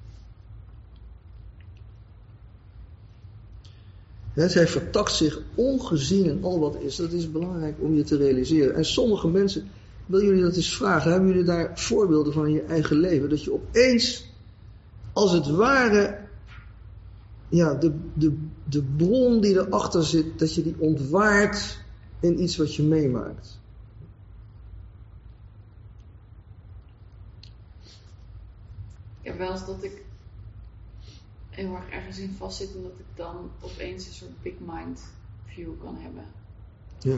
Zij vertakt zich ongezien in al wat is. Dat is belangrijk om je te realiseren. En sommige mensen, wil jullie dat eens vragen, hebben jullie daar voorbeelden van in je eigen leven? Dat je opeens, als het ware, ja, de bron die erachter zit, dat je die ontwaart in iets wat je meemaakt. Ik heb wel eens dat ik heel erg ergens in vastzit en dat ik dan opeens een soort big mind view kan hebben. Ja.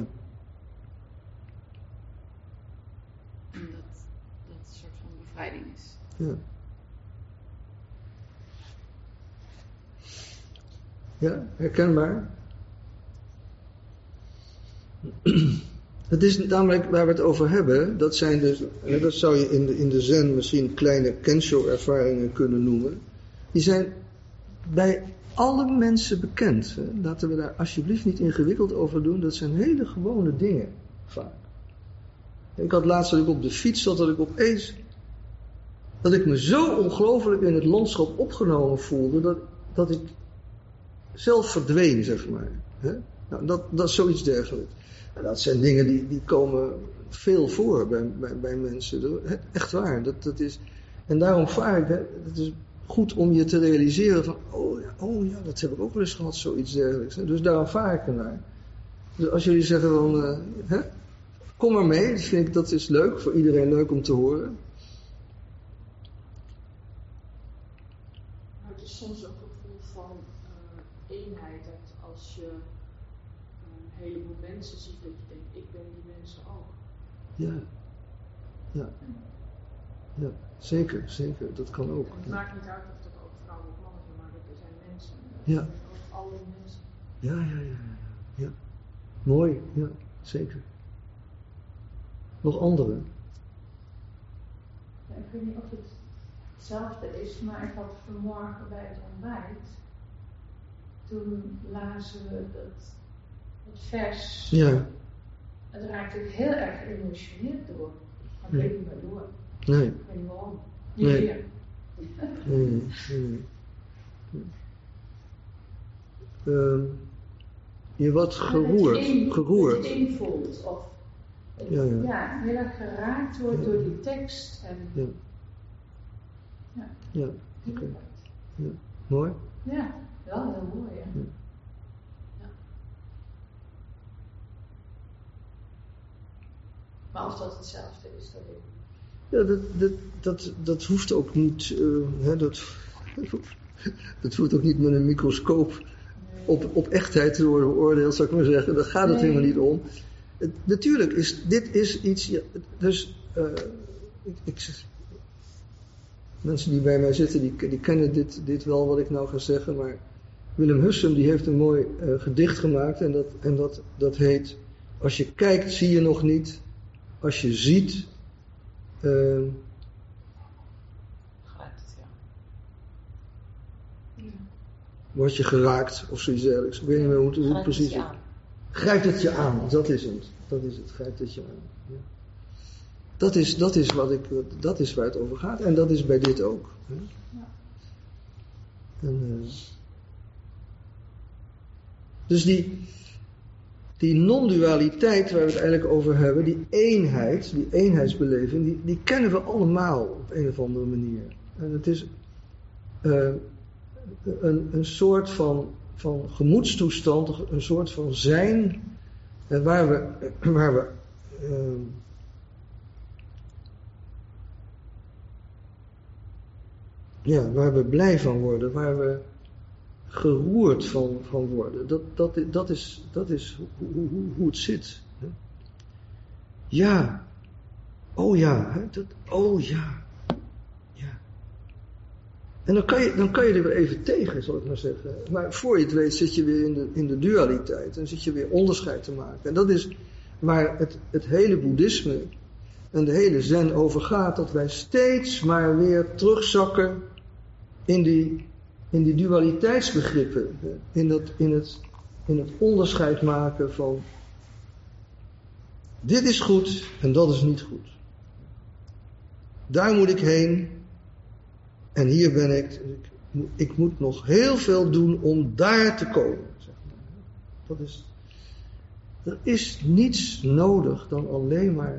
En dat een soort van bevrijding is. Ja. Ja, herkenbaar. Het is namelijk waar we het over hebben, dat zijn dus, dat zou je in de zen misschien kleine Kensho-ervaringen kunnen noemen. Die zijn bij alle mensen bekend. Hè. Laten we daar alsjeblieft niet ingewikkeld over doen, dat zijn hele gewone dingen vaak. Ik had laatst dat ik op de fiets zat, dat ik opeens, dat ik me zo ongelooflijk in het landschap opgenomen voelde, dat ik zelf verdween, zeg maar. Hè? Nou, dat is zoiets dergelijks. En dat zijn dingen die komen veel voor bij mensen. Echt waar. Dat is, en daarom vaak, het is goed om je te realiseren van, oh ja, dat heb ik ook wel eens gehad, zoiets dergelijks. Hè? Dus daarom vaar ik ernaar. Dus als jullie zeggen van, kom maar mee, dat is leuk, voor iedereen leuk om te horen. Maar het is soms ook een gevoel van eenheid, dat als je een heleboel mensen ziet, dat je denkt, ik ben die mensen ook. Ja, zeker, dat kan ook. Het maakt niet uit of dat ook vrouwen of mannen zijn, maar dat zijn mensen. Ja. Ook alle mensen. Ja. Mooi, ja, zeker. Nog andere? Ja, ik weet niet of het hetzelfde is, maar ik had vanmorgen bij het ontbijt, toen lazen we het vers. Ja. Het raakte ik heel erg geëmotioneerd door. Maar ik weet niet meer door. Nee. Ik weet niet waarom. Niet Nee. meer. Je wordt geroerd. Dat je invoelt. Of Ja. heel erg geraakt wordt door die tekst. En, Ja, oké. Ja. Mooi. Ja, wel heel mooi. Hè? Ja. Maar of dat hetzelfde is, dat ik. Ja, dat hoeft ook niet. Dat hoeft ook niet met een microscoop op echtheid te worden beoordeeld, zou ik maar zeggen. Daar gaat het helemaal niet om. Natuurlijk dit is iets. Ja, dus mensen die bij mij zitten, die kennen dit wel wat ik nou ga zeggen. Maar Willem Hussum die heeft een mooi gedicht gemaakt en dat heet: als je kijkt zie je nog niet, als je ziet. Word je geraakt of zoiets dergelijks. Ik weet niet meer hoe het precies is. Grijpt het je aan, dat is het. Grijpt het je aan. Ja. Dat is waar het over gaat. En dat is bij dit ook. Hè? Ja. En, dus die non-dualiteit waar we het eigenlijk over hebben, die eenheidsbeleving, die kennen we allemaal op een of andere manier. En het is een soort van gemoedstoestand, een soort van zijn, waar we blij van worden, waar we geroerd van worden. Dat is hoe het zit. Hè? Ja. Oh ja. Hè? Oh ja. Ja. En dan kan je er weer even tegen, zal ik maar zeggen. Maar voor je het weet zit je weer in de dualiteit. En zit je weer onderscheid te maken. En dat is waar het hele boeddhisme en de hele zen over gaat. Dat wij steeds maar weer terugzakken in die dualiteitsbegrippen. In het onderscheid maken van dit is goed en dat is niet goed. Daar moet ik heen en hier ben ik. Ik moet nog heel veel doen om daar te komen. Zeg maar. Er is niets nodig dan alleen maar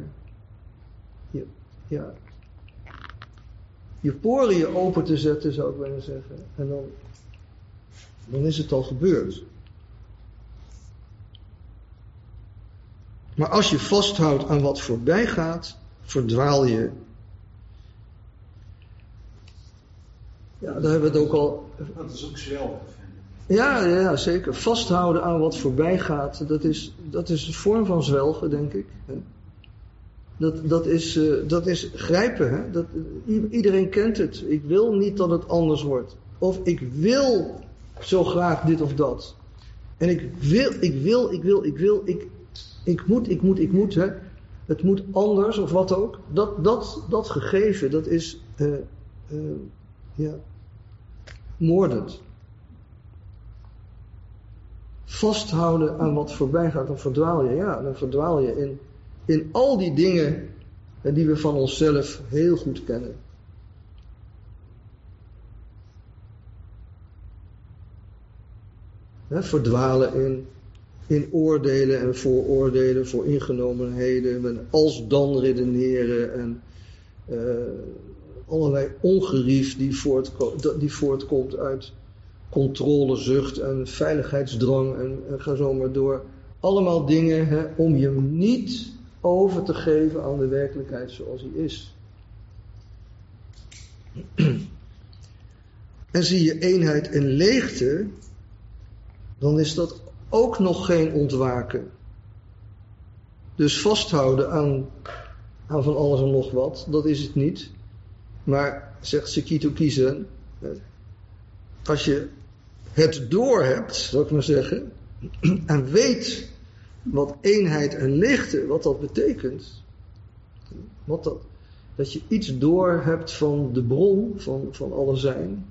je poriën open te zetten, zou ik bijna zeggen. En dan is het al gebeurd. Maar als je vasthoudt aan wat voorbij gaat, verdwaal je. Ja, daar hebben we het ook al. Dat is ook zwelgen. Ja, zeker. Vasthouden aan wat voorbij gaat, dat is een vorm van zwelgen, denk ik. Dat is grijpen. Hè? Iedereen kent het. Ik wil niet dat het anders wordt. Of ik wil zo graag dit of dat. En ik moet. Hè? Het moet anders of wat ook. Dat gegeven, dat is moordend. Vasthouden aan wat voorbij gaat, dan verdwaal je. Ja, dan verdwaal je in al die dingen die we van onszelf heel goed kennen. Verdwalen in oordelen en vooroordelen, voor ingenomenheden, met als-dan redeneren en allerlei ongerief die voortkomt uit controlezucht en veiligheidsdrang en ga zo maar door. Allemaal dingen om je niet over te geven aan de werkelijkheid zoals die is. En zie je eenheid en leegte, dan is dat ook nog geen ontwaken. Dus vasthouden aan van alles en nog wat, dat is het niet. Maar, zegt Sekito Kisen, als je het doorhebt, zou ik maar zeggen, en weet wat eenheid en leegte, wat dat betekent, dat je iets doorhebt van de bron, van alle zijn,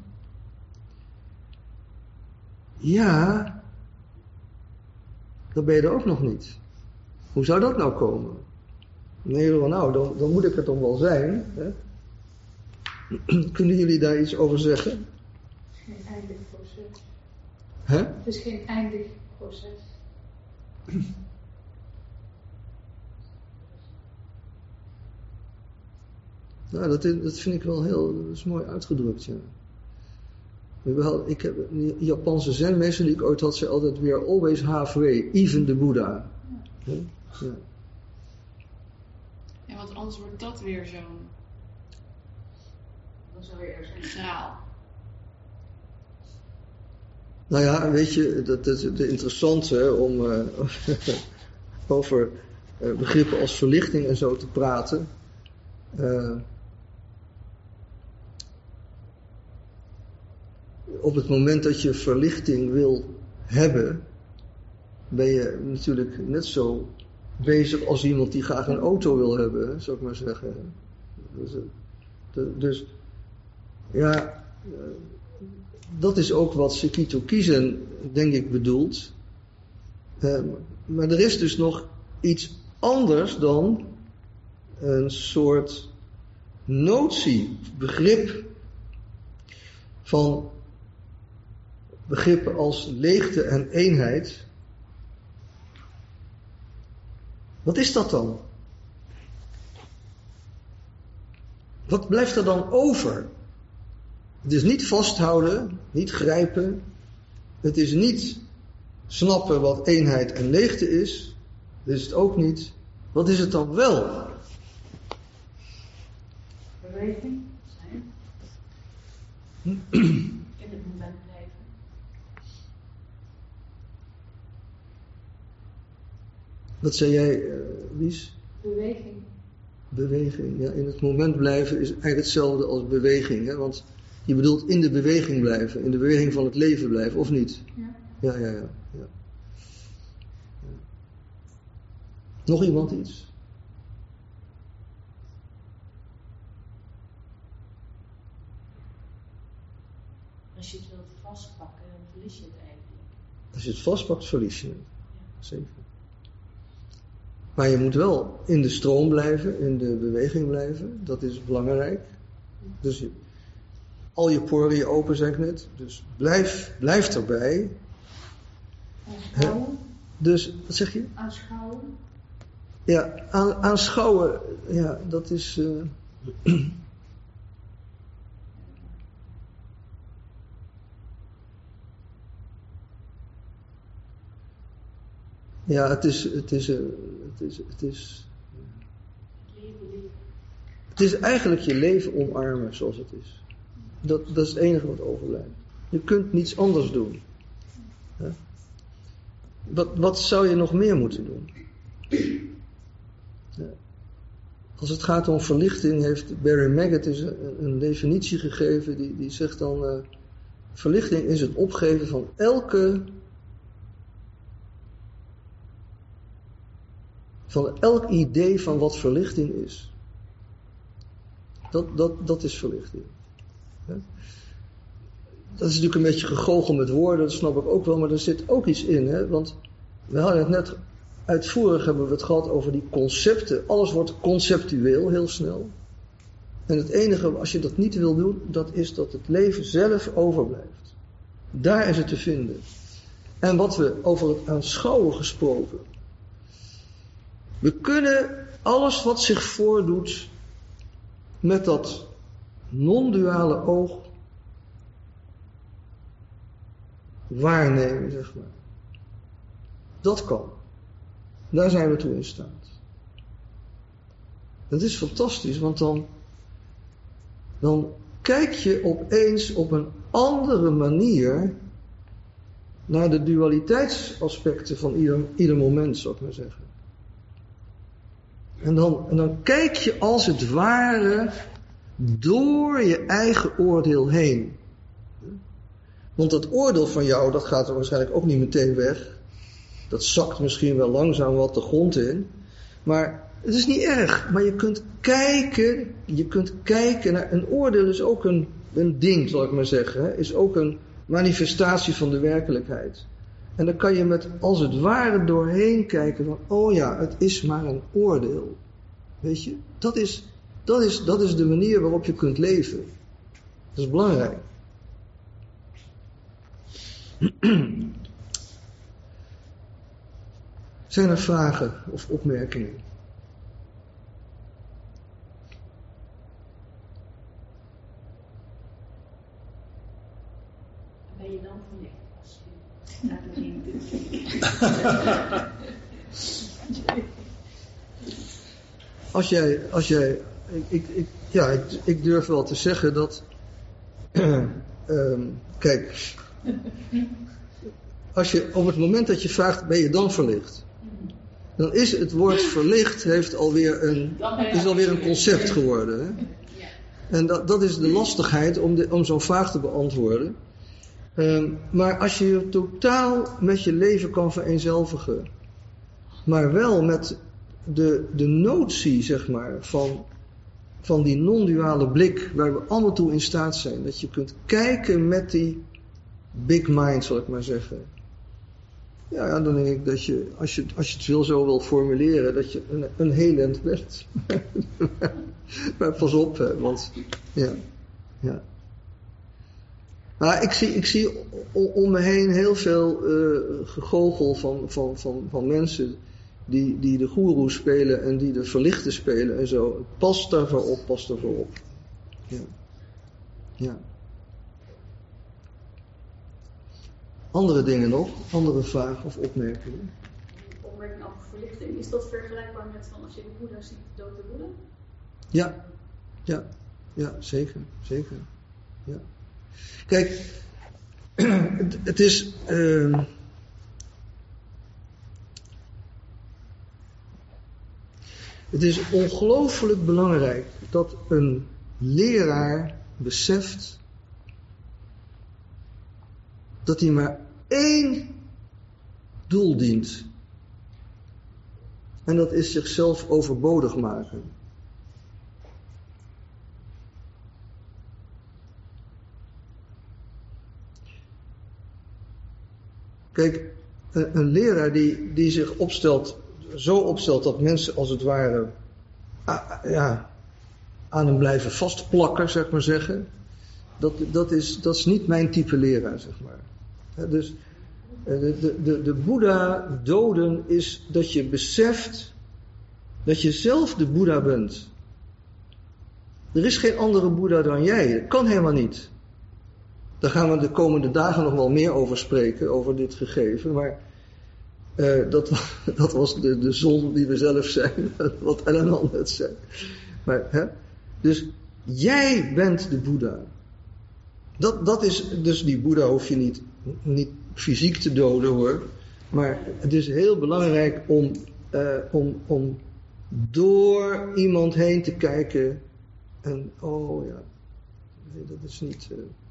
ja, dan ben je er ook nog niet. Hoe zou dat nou komen? Nee, nou, dan moet ik het toch wel zijn. Hè? Kunnen jullie daar iets over zeggen? Het is geen eindig proces. Hè? Het is geen eindig proces. Nou, dat vind ik wel dat is mooi uitgedrukt, ja. Ik heb een Japanse zenmeester die ik ooit had, zei altijd, we are always halfway, even the Buddha. Ja. Ja, want anders wordt dat weer zo'n... Dan zou je er zijn. Graal. Nou ja, weet je, dat is het interessante om over begrippen als verlichting en zo te praten. Op het moment dat je verlichting wil hebben, ben je natuurlijk net zo bezig als iemand die graag een auto wil hebben, zou ik maar zeggen. Dus ja, dat is ook wat Sekito Kisen, denk ik, bedoelt. Maar er is dus nog iets anders dan een soort notie, begrip van begrippen als leegte en eenheid. Wat is dat dan? Wat blijft er dan over? Het is niet vasthouden, niet grijpen. Het is niet snappen wat eenheid en leegte is. Dat is het ook niet. Wat is het dan wel? Beweging, zijn. In het moment blijven. Wat zei jij, Wies? Beweging. Beweging, ja. In het moment blijven is eigenlijk hetzelfde als beweging. Hè? Want je bedoelt in de beweging blijven. In de beweging van het leven blijven, of niet? Ja. Ja. Nog iemand iets? Als je het wilt vastpakken, dan verlies je het eigenlijk. Als je het vastpakt, verlies je het. Zeker. Maar je moet wel in de stroom blijven, in de beweging blijven. Dat is belangrijk. Dus al je poriën open, zei ik net. Dus blijf erbij. Aanschouwen. Dus, wat zeg je? Aanschouwen. Ja, aanschouwen. Ja, dat is... Ja, het is eigenlijk je leven omarmen zoals het is. Dat is het enige wat overblijft. Je kunt niets anders doen. Wat zou je nog meer moeten doen? Ja. Als het gaat om verlichting heeft Barry Maggot een definitie gegeven die zegt dan... verlichting is het opgeven van elk idee van wat verlichting is. Dat is verlichting. Ja? Dat is natuurlijk een beetje gegoochel met woorden, dat snap ik ook wel, maar er zit ook iets in. Hè? Want we hadden het net uitvoerig hebben we het gehad over die concepten. Alles wordt conceptueel heel snel. En het enige, als je dat niet wil doen, dat is dat het leven zelf overblijft. Daar is het te vinden. En wat we over het aanschouwen gesproken. We kunnen alles wat zich voordoet met dat non-duale oog waarnemen, zeg maar. Dat kan. Daar zijn we toe in staat. Dat is fantastisch, want dan kijk je opeens op een andere manier naar de dualiteitsaspecten van ieder moment, zou ik maar zeggen. En dan kijk je als het ware door je eigen oordeel heen. Want dat oordeel van jou, dat gaat er waarschijnlijk ook niet meteen weg. Dat zakt misschien wel langzaam wat de grond in. Maar het is niet erg. Maar je kunt kijken naar... Een oordeel is ook een ding, zal ik maar zeggen. Hè? Is ook een manifestatie van de werkelijkheid. En dan kan je met als het ware doorheen kijken van... Oh ja, het is maar een oordeel. Weet je? Dat is de manier waarop je kunt leven. Dat is belangrijk. Zijn er vragen of opmerkingen? Ben je dan van ik durf wel te zeggen dat kijk, als je op het moment dat je vraagt, ben je dan verlicht? Dan is het woord verlicht is alweer een concept geworden. Hè? En dat is de lastigheid om zo'n vraag te beantwoorden. Maar als je je totaal met je leven kan vereenzelvigen, maar wel met de notie, zeg maar, van die non-duale blik, waar we allemaal toe in staat zijn. Dat je kunt kijken met die big mind, zal ik maar zeggen. Ja, dan denk ik dat je, als je het zo wil formuleren, dat je een heel eind bent. Maar pas op, hè, want ja. Maar ik zie om me heen heel veel gegoochel van mensen die de goeroe spelen en die de verlichte spelen en zo. Pas daarvoor op. Ja. Andere dingen nog? Andere vragen of opmerkingen? Opmerking over verlichting. Is dat vergelijkbaar met van als je de Boeddha ziet, de dode Boeddha? Ja, zeker. Ja. Kijk, het is... Het is ongelooflijk belangrijk dat een leraar beseft dat hij maar één doel dient. En dat is zichzelf overbodig maken. Kijk, een leraar die zich zo opstelt dat mensen als het ware aan hem blijven vastplakken, zeg maar zeggen. Dat is niet mijn type leraar, zeg maar. Dus de Boeddha doden is dat je beseft dat je zelf de Boeddha bent. Er is geen andere Boeddha dan jij. Dat kan helemaal niet. Daar gaan we de komende dagen nog wel meer over spreken, over dit gegeven. Maar dat was de zon die we zelf zijn, wat Ellen al net zei. Maar, dus jij bent de Boeddha. Dat is, dus die Boeddha hoef je niet niet fysiek te doden hoor. Maar het is heel belangrijk om door iemand heen te kijken. En oh ja, nee, dat is niet...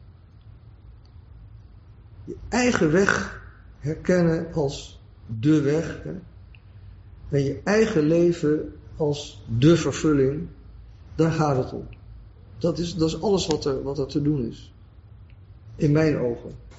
je eigen weg herkennen als de weg. Hè? En je eigen leven als de vervulling. Daar gaat het om. Dat is alles wat er te doen is. In mijn ogen.